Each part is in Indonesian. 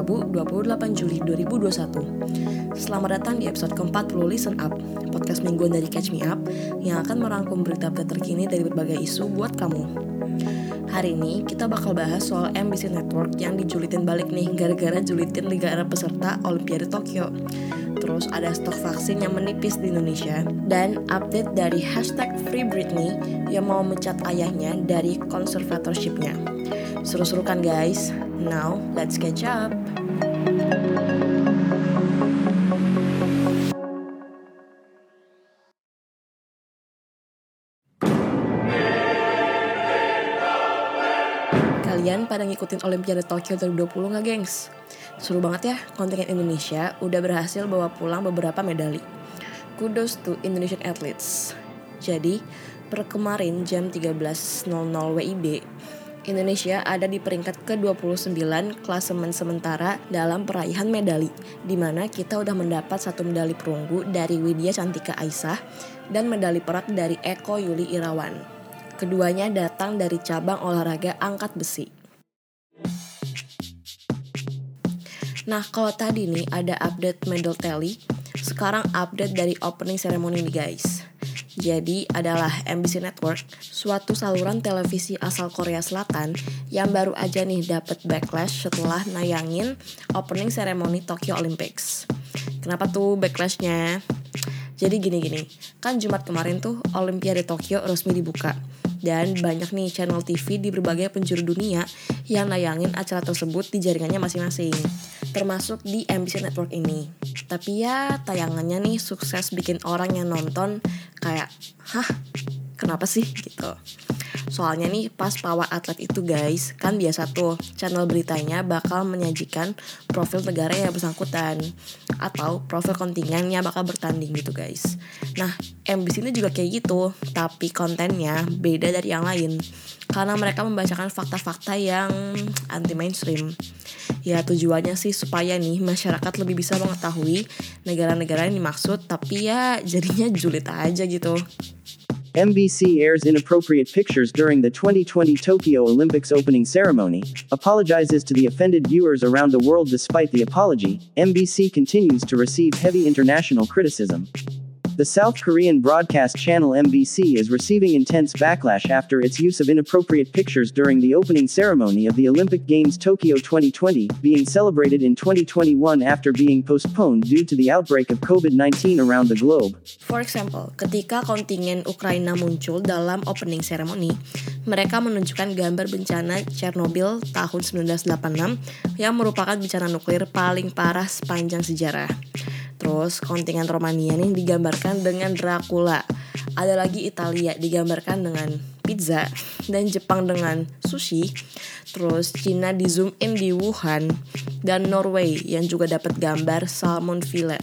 Rabu 28 Juli 2021. Selamat datang di episode ke-40 Listen Up, podcast mingguan dari Catch Me Up yang akan merangkum berita-berita terkini dari berbagai isu buat kamu. Hari ini kita bakal bahas soal MBC Network yang dijulitin balik nih gara-gara julitin Liga Arab peserta Olimpiade Tokyo. Terus ada stok vaksin yang menipis di Indonesia, dan update dari #FreeBritney yang mau mecat ayahnya dari conservatorship-nya. Seru-seru kan guys? Now, let's catch up! Kalian pada ngikutin Olimpiade Tokyo 2020 gak gengs? Seru banget ya, kontingen Indonesia udah berhasil bawa pulang beberapa medali. Kudos to Indonesian athletes. Jadi, per kemarin jam 13.00 WIB, Indonesia ada di peringkat ke-29 klasemen sementara dalam peraihan medali, di mana kita udah mendapat 1 medali perunggu dari Widya Cantika Aisyah dan medali perak dari Eko Yuli Irawan. Keduanya datang dari cabang olahraga angkat besi. Nah, kalau tadi nih ada update medal tally, sekarang update dari opening ceremony nih guys. Jadi adalah MBC Network, suatu saluran televisi asal Korea Selatan yang baru aja nih dapat backlash setelah nayangin opening ceremony Tokyo Olympics. Kenapa tuh backlashnya? Jadi gini, kan Jumat kemarin tuh Olimpiade Tokyo resmi dibuka. Dan banyak nih channel TV di berbagai penjuru dunia yang nayangin acara tersebut di jaringannya masing-masing, termasuk di MBC Network ini. Tapi ya tayangannya nih sukses bikin orang yang nonton kayak, hah? Kenapa sih? Gitu. Soalnya nih pas pawai atlet itu guys, kan biasa tuh channel beritanya bakal menyajikan profil negara yang bersangkutan atau profil kontingennya bakal bertanding gitu guys. Nah, MBC ini juga kayak gitu, tapi kontennya beda dari yang lain karena mereka membacakan fakta-fakta yang anti mainstream. Ya tujuannya sih supaya nih masyarakat lebih bisa mengetahui negara-negara yang dimaksud, tapi ya jadinya julid aja gitu. MBC airs inappropriate pictures during the 2020 Tokyo Olympics opening ceremony, apologizes to the offended viewers around the world. Despite the apology, MBC continues to receive heavy international criticism. The South Korean broadcast channel MBC is receiving intense backlash after its use of inappropriate pictures during the opening ceremony of the Olympic Games Tokyo 2020, being celebrated in 2021 after being postponed due to the outbreak of COVID-19 around the globe. For example, ketika kontingen Ukraina muncul dalam opening ceremony, mereka menunjukkan gambar bencana Chernobyl tahun 1986 yang merupakan bencana nuklir paling parah sepanjang sejarah. Terus kontingen Romania nih digambarkan dengan Dracula. Ada lagi Italia digambarkan dengan pizza, dan Jepang dengan sushi. Terus Cina di zoom in di Wuhan, dan Norway yang juga dapat gambar salmon fillet.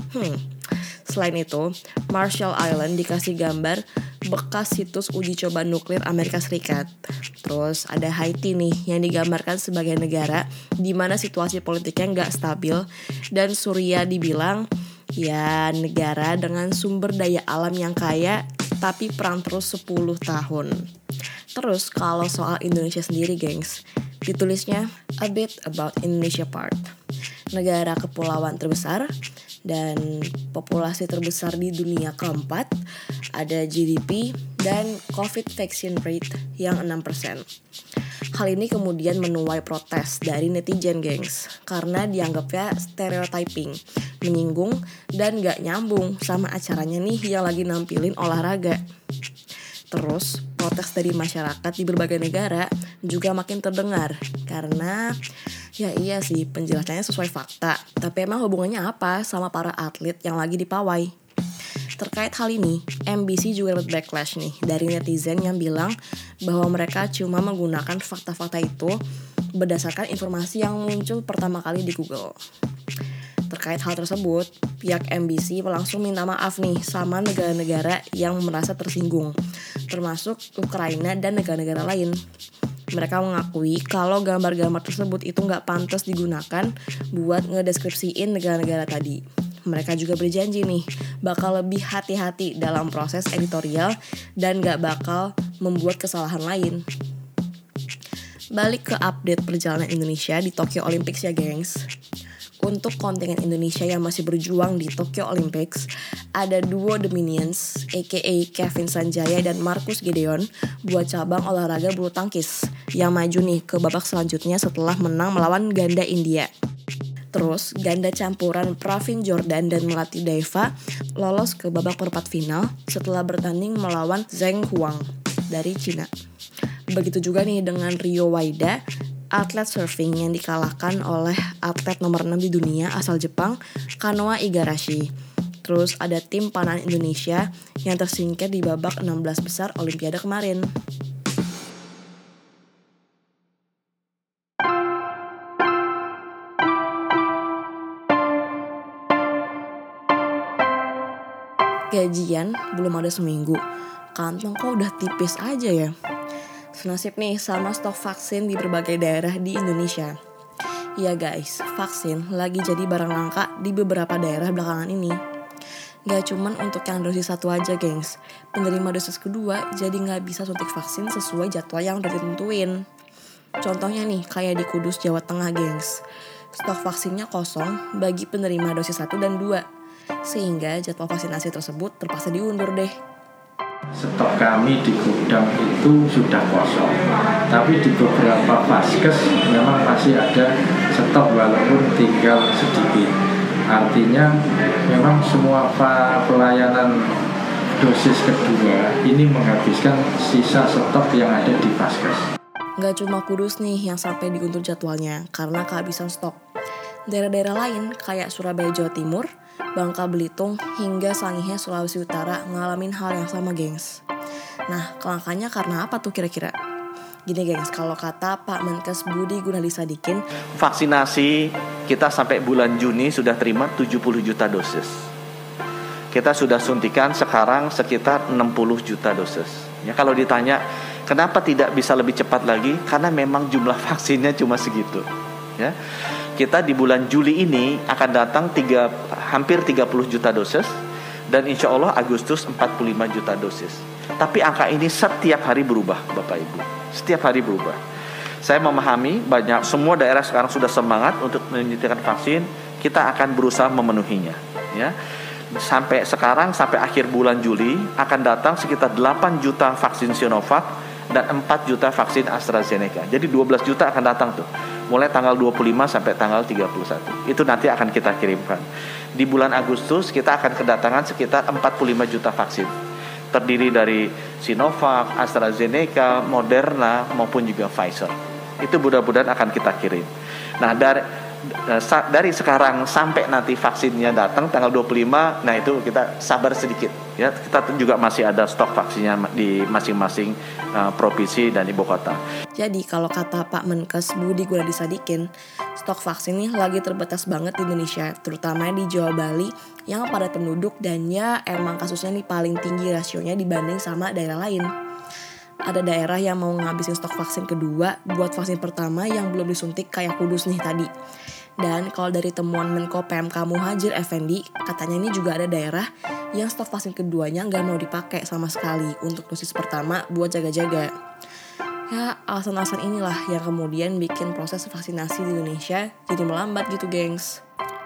Selain itu, Marshall Island dikasih gambar bekas situs uji coba nuklir Amerika Serikat. Terus ada Haiti nih yang digambarkan sebagai negara di mana situasi politiknya nggak stabil, dan Suriah dibilang ya negara dengan sumber daya alam yang kaya tapi perang terus 10 tahun. Terus kalau soal Indonesia sendiri gengs, ditulisnya a bit about Indonesia part. Negara kepulauan terbesar dan populasi terbesar di dunia keempat, ada GDP dan COVID vaccine rate yang 6%. Hal ini kemudian menuai protes dari netizen gengs, karena dianggapnya stereotyping, menyinggung, dan gak nyambung sama acaranya nih yang lagi nampilin olahraga. Terus, protes dari masyarakat di berbagai negara juga makin terdengar, karena ya iya sih penjelasannya sesuai fakta, tapi emang hubungannya apa sama para atlet yang lagi di pawai? Terkait hal ini, MBC juga dapat backlash nih dari netizen yang bilang bahwa mereka cuma menggunakan fakta-fakta itu berdasarkan informasi yang muncul pertama kali di Google. Terkait hal tersebut, pihak MBC langsung minta maaf nih sama negara-negara yang merasa tersinggung, termasuk Ukraina dan negara-negara lain. Mereka mengakui kalau gambar-gambar tersebut itu nggak pantas digunakan buat ngedeskripsiin negara-negara tadi. Mereka juga berjanji nih bakal lebih hati-hati dalam proses editorial dan gak bakal membuat kesalahan lain. Balik ke update perjalanan Indonesia di Tokyo Olympics ya gengs. Untuk kontingen Indonesia yang masih berjuang di Tokyo Olympics, ada duo The Minions, aka Kevin Sanjaya dan Marcus Gideon, buat cabang olahraga bulu tangkis, yang maju nih ke babak selanjutnya setelah menang melawan ganda India. Terus, ganda campuran Pravin Jordan dan Melati Daiva lolos ke babak perempat final setelah bertanding melawan Zheng Huang dari Cina. Begitu juga nih dengan Rio Waida, atlet surfing yang dikalahkan oleh atlet nomor 6 di dunia asal Jepang, Kanoa Igarashi. Terus ada tim panahan Indonesia yang tersingkir di babak 16 besar Olimpiade kemarin. Gajian belum ada seminggu, kantong kok udah tipis aja ya. Senasib nih sama stok vaksin di berbagai daerah di Indonesia. Ya guys, vaksin lagi jadi barang langka di beberapa daerah belakangan ini. Gak cuman untuk yang dosis 1 aja gengs, penerima dosis kedua jadi gak bisa suntik vaksin sesuai jadwal yang udah ditentuin. Contohnya nih kayak di Kudus, Jawa Tengah gengs. Stok vaksinnya kosong bagi penerima dosis 1 dan 2, sehingga jadwal vaksinasi tersebut terpaksa diundur deh. Stok kami di gudang itu sudah kosong, tapi di beberapa vaskes memang masih ada stok walaupun tinggal sedikit. Artinya memang semua pelayanan dosis kedua ini menghabiskan sisa stok yang ada di vaskes. Gak cuma Kudus nih yang sampai diundur jadwalnya karena kehabisan stok. Daerah-daerah lain kayak Surabaya Jawa Timur, Bangka Belitung, hingga Sangihe Sulawesi Utara ngalamin hal yang sama gengs. Nah, kelangkaannya karena apa tuh kira-kira? Gini gengs, kalau kata Pak Menkes Budi Gunadisadikin, vaksinasi kita sampai bulan Juni sudah terima 70 juta dosis. Kita sudah suntikan sekarang sekitar 60 juta dosis. Ya, kalau ditanya kenapa tidak bisa lebih cepat lagi? Karena memang jumlah vaksinnya cuma segitu. Ya. Kita di bulan Juli ini akan datang hampir 30 juta dosis, dan insya Allah Agustus 45 juta dosis. Tapi angka ini setiap hari berubah Bapak Ibu, setiap hari berubah. Saya memahami semua daerah sekarang sudah semangat untuk menyuntikkan vaksin. Kita akan berusaha memenuhinya ya. Sampai sekarang, sampai akhir bulan Juli akan datang sekitar 8 juta vaksin Sinovac dan 4 juta vaksin AstraZeneca. Jadi 12 juta akan datang tuh, mulai tanggal 25 sampai tanggal 31. Itu nanti akan kita kirimkan. Di bulan Agustus kita akan kedatangan sekitar 45 juta vaksin, terdiri dari Sinovac, AstraZeneca, Moderna maupun juga Pfizer. Itu mudah-mudahan akan kita kirim. Nah, dari sekarang sampai nanti vaksinnya datang tanggal 25, nah itu kita sabar sedikit ya. Kita juga masih ada stok vaksinnya di masing-masing provinsi dan ibu kota. Jadi kalau kata Pak Menkes Budi Gunadisadikin, stok vaksin ini lagi terbatas banget di Indonesia, terutama di Jawa Bali yang padat penduduk dan ya emang kasusnya nih paling tinggi rasionya dibanding sama daerah lain. Ada daerah yang mau ngabisin stok vaksin kedua buat vaksin pertama yang belum disuntik kayak Kudus nih tadi. Dan kalau dari temuan Menko PMK Muhadjir Effendi, katanya ini juga ada daerah yang stok vaksin keduanya nggak mau dipakai sama sekali untuk dosis pertama buat jaga-jaga. Ya, alasan-alasan inilah yang kemudian bikin proses vaksinasi di Indonesia jadi melambat gitu gengs.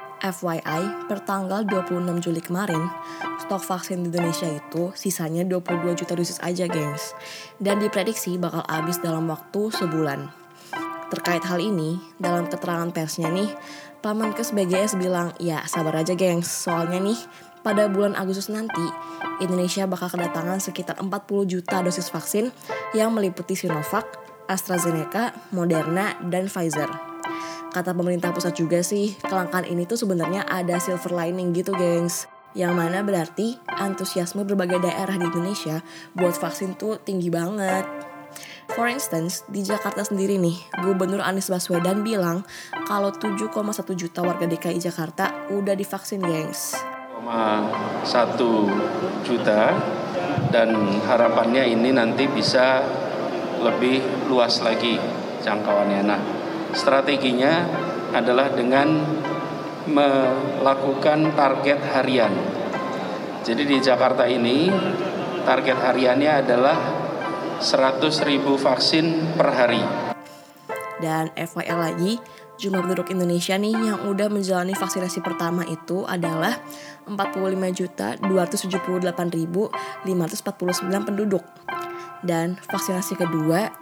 FYI, per tanggal 26 Juli kemarin, stok vaksin di Indonesia itu sisanya 22 juta dosis aja gengs. Dan diprediksi bakal habis dalam waktu sebulan. Terkait hal ini, dalam keterangan persnya nih, Pak Menkes BGS bilang, ya sabar aja gengs, soalnya nih, pada bulan Agustus nanti, Indonesia bakal kedatangan sekitar 40 juta dosis vaksin yang meliputi Sinovac, AstraZeneca, Moderna, dan Pfizer. Kata pemerintah pusat juga sih, kelangkaan ini tuh sebenarnya ada silver lining gitu gengs. Yang mana berarti antusiasme berbagai daerah di Indonesia buat vaksin tuh tinggi banget. For instance, di Jakarta sendiri nih, Gubernur Anies Baswedan bilang kalau 7,1 juta warga DKI Jakarta udah divaksin gengs. 1 juta dan harapannya ini nanti bisa lebih luas lagi jangkauannya. Nah, strateginya adalah dengan melakukan target harian. Jadi di Jakarta ini target hariannya adalah 100.000 vaksin per hari. Dan FYI lagi, jumlah penduduk Indonesia nih yang udah menjalani vaksinasi pertama itu adalah 45.278.549 penduduk. Dan vaksinasi kedua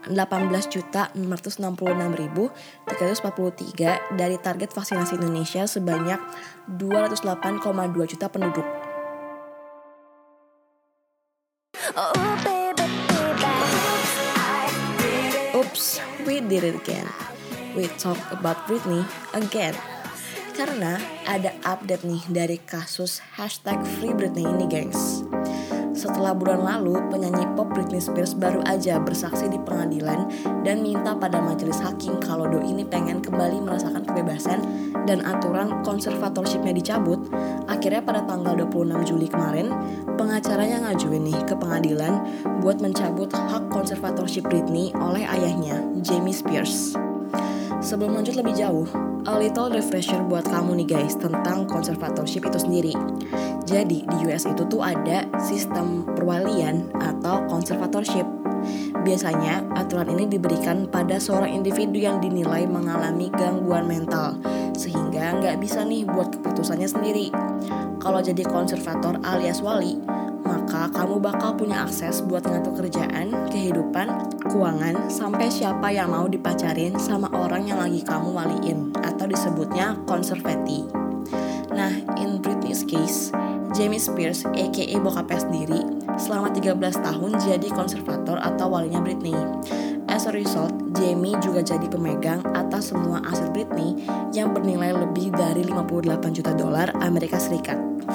18.666.343 dari target vaksinasi Indonesia sebanyak 208,2 juta penduduk. Oops, we did it again. We talk about Britney again. Karena ada update nih dari kasus #FreeBritney ini, gengs. Setelah bulan lalu, penyanyi pop Britney Spears baru aja bersaksi di pengadilan dan minta pada majelis hakim kalau doi ini pengen kembali merasakan kebebasan dan aturan konservatorshipnya dicabut. Akhirnya pada tanggal 26 Juli kemarin, pengacaranya ngajuin nih ke pengadilan buat mencabut hak konservatorship Britney oleh ayahnya, Jamie Spears. Sebelum lanjut lebih jauh, a little refresher buat kamu nih guys tentang conservatorship itu sendiri. Jadi di US itu tuh ada sistem perwalian atau conservatorship. Biasanya aturan ini diberikan pada seorang individu yang dinilai mengalami gangguan mental, sehingga nggak bisa nih buat keputusannya sendiri. Kalau jadi konservator alias wali, maka kamu bakal punya akses buat ngatur kerjaan, kehidupan, keuangan, sampai siapa yang mau dipacarin sama orang yang lagi kamu waliin, atau disebutnya conservatee. Nah, in Britney's case, Jamie Spears aka bokapnya sendiri selama 13 tahun jadi konservator atau walinya Britney. As a result, Jamie juga jadi pemegang atas semua aset Britney yang bernilai lebih dari 58 juta dolar Amerika Serikat.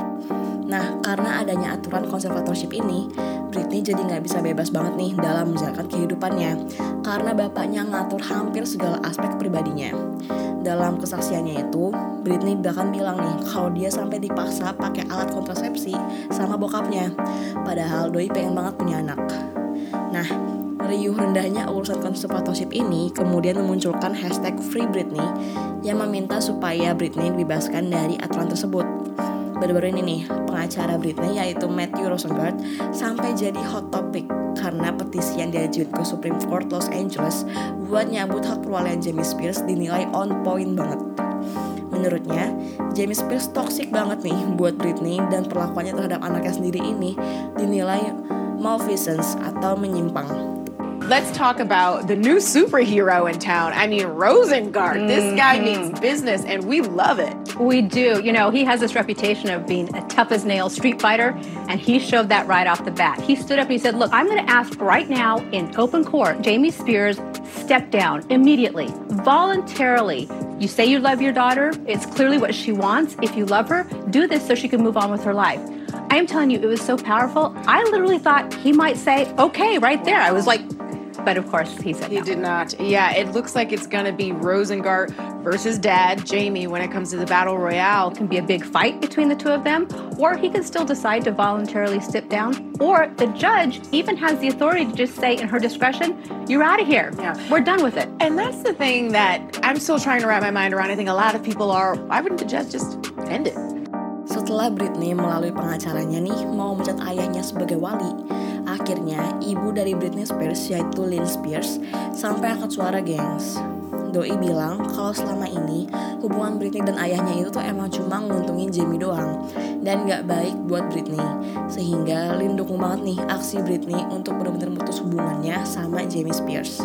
Nah, karena adanya aturan konservatorship ini, Britney jadi gak bisa bebas banget nih dalam menjalankan kehidupannya, karena bapaknya ngatur hampir segala aspek pribadinya. Dalam kesaksiannya itu, Britney bahkan bilang nih kalau dia sampai dipaksa pakai alat kontrasepsi sama bokapnya, padahal doi pengen banget punya anak. Nah, riuh rendahnya urusan konservatorship ini kemudian memunculkan #FreeBritney yang meminta supaya Britney dibebaskan dari aturan tersebut. Baru-baru ini nih, pengacara Britney yaitu Matthew Rosengart sampai jadi hot topic karena petisi yang diajukan ke Supreme Court Los Angeles buat nyambut hak perwalian Jamie Spears dinilai on point banget. Menurutnya, Jamie Spears toxic banget nih buat Britney dan perlakuannya terhadap anaknya sendiri ini dinilai malfeasance atau menyimpang. Let's talk about the new superhero in town. I mean, Rosengart. This guy means business, and we love it. We do. You know, he has this reputation of being a tough-as-nails street fighter, and he showed that right off the bat. He stood up and he said, look, I'm going to ask right now in open court, Jamie Spears, step down immediately, voluntarily. You say you love your daughter. It's clearly what she wants. If you love her, do this so she can move on with her life. I am telling you, it was so powerful. I literally thought he might say, okay, right there. I was like, but of course he said no. He did not. Yeah, it looks like it's going to be Rosengart versus dad, Jamie, when it comes to the battle royale. It can be a big fight between the two of them, or he can still decide to voluntarily step down, or the judge even has the authority to just say in her discretion, you're out of here. Yeah. We're done with it. And that's the thing that I'm still trying to wrap my mind around. I think a lot of people are, why wouldn't the judge just end it? Setelah Britney melalui pengacaranya nih mau mencat ayahnya sebagai wali, akhirnya ibu dari Britney Spears yaitu Lynn Spears sampai angkat suara, gengs. Doi bilang kalau selama ini hubungan Britney dan ayahnya itu tuh emang cuma nguntungin Jamie doang dan gak baik buat Britney, sehingga Lynn dukung banget nih aksi Britney untuk benar-benar memutus hubungannya sama Jamie Spears.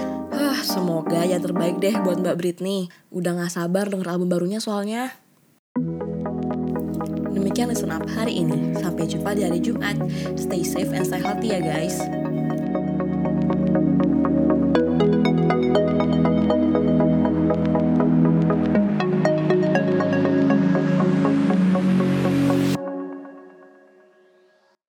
Semoga yang terbaik deh buat Mbak Britney. Udah gak sabar denger album barunya soalnya. Demikian Listen Up hari ini. Sampai jumpa di hari Jumat. Stay safe and stay healthy ya guys.